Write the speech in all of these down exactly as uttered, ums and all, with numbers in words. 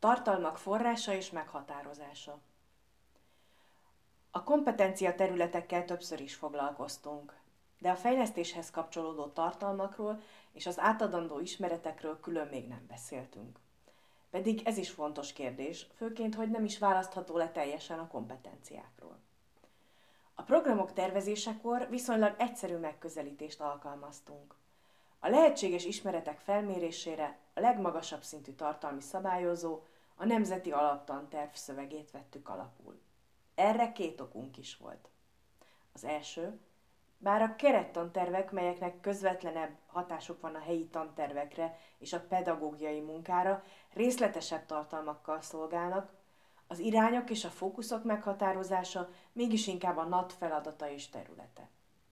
Tartalmak forrása és meghatározása. A kompetencia területekkel többször is foglalkoztunk, de a fejlesztéshez kapcsolódó tartalmakról és az átadandó ismeretekről külön még nem beszéltünk. Pedig ez is fontos kérdés, főként, hogy nem is választható le teljesen a kompetenciákról. A programok tervezésekor viszonylag egyszerű megközelítést alkalmaztunk. A lehetséges ismeretek felmérésére a legmagasabb szintű tartalmi szabályozó, a Nemzeti Alaptanterv szövegét vettük alapul. Erre két okunk is volt. Az első, bár a kerettantervek, melyeknek közvetlenebb hatásuk van a helyi tantervekre és a pedagógiai munkára, részletesebb tartalmakkal szolgálnak, az irányok és a fókuszok meghatározása mégis inkább a NAT feladata és területe.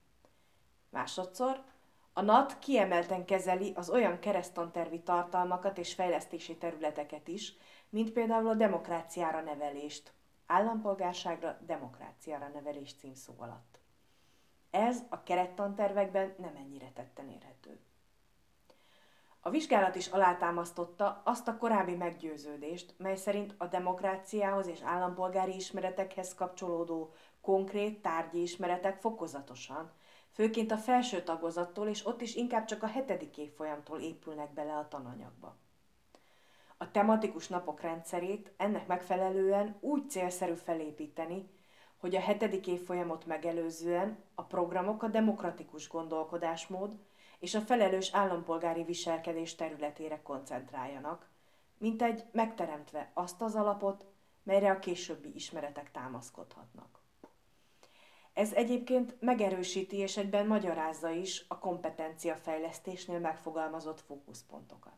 Másodszor, a NAT kiemelten kezeli az olyan kereszttantervi tartalmakat és fejlesztési területeket is, mint például a demokráciára nevelést, állampolgárságra, demokráciára nevelés címszó alatt. Ez a kerettantervekben nem ennyire tetten érhető. A vizsgálat is alátámasztotta azt a korábbi meggyőződést, mely szerint a demokráciához és állampolgári ismeretekhez kapcsolódó konkrét tárgyi ismeretek fokozatosan, főként a felső tagozattól és ott is inkább csak a hetedik évfolyamtól épülnek bele a tananyagba. A tematikus napok rendszerét ennek megfelelően úgy célszerű felépíteni, hogy a hetedik évfolyamot megelőzően a programok a demokratikus gondolkodásmód és a felelős állampolgári viselkedés területére koncentráljanak, mintegy megteremtve azt az alapot, melyre a későbbi ismeretek támaszkodhatnak. Ez egyébként megerősíti és egyben magyarázza is a kompetenciafejlesztésnél megfogalmazott fókuszpontokat.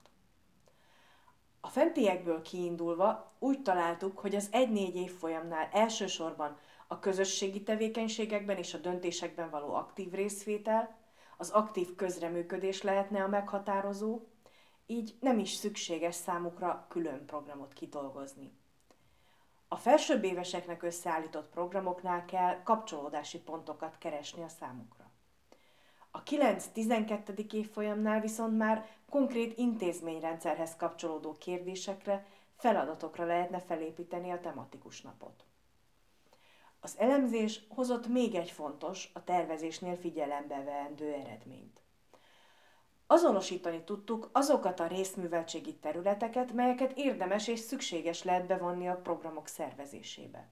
A fentiekből kiindulva úgy találtuk, hogy az egy-négy évfolyamnál elsősorban a közösségi tevékenységekben és a döntésekben való aktív részvétel, az aktív közreműködés lehetne a meghatározó, így nem is szükséges számukra külön programot kidolgozni. A felsőbb éveseknek összeállított programoknál kell kapcsolódási pontokat keresni a számukra. A kilenc-tizenkettedik évfolyamnál viszont már konkrét intézményrendszerhez kapcsolódó kérdésekre, feladatokra lehetne felépíteni a tematikus napot. Az elemzés hozott még egy fontos, a tervezésnél figyelembe veendő eredményt. Azonosítani tudtuk azokat a részműveltségi területeket, melyeket érdemes és szükséges lehet bevonni a programok szervezésébe.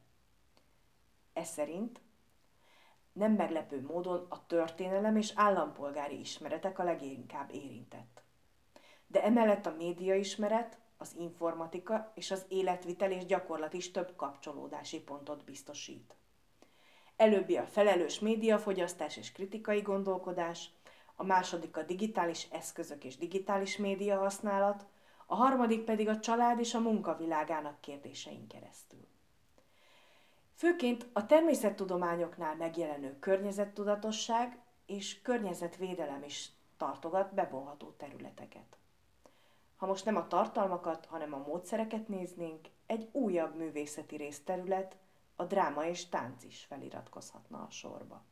Ez szerint nem meglepő módon a történelem és állampolgári ismeretek a leginkább érintett. De emellett a médiaismeret, az informatika és az életvitel és gyakorlat is több kapcsolódási pontot biztosít. Előbbi a felelős médiafogyasztás és kritikai gondolkodás, a második a digitális eszközök és digitális média használat, a harmadik pedig a család és a munkavilágának kérdésein keresztül. Főként a természettudományoknál megjelenő környezettudatosság és környezetvédelem is tartogat bevonható területeket. Ha most nem a tartalmakat, hanem a módszereket néznénk, egy újabb művészeti részterület, a dráma és tánc is feliratkozhatna a sorba.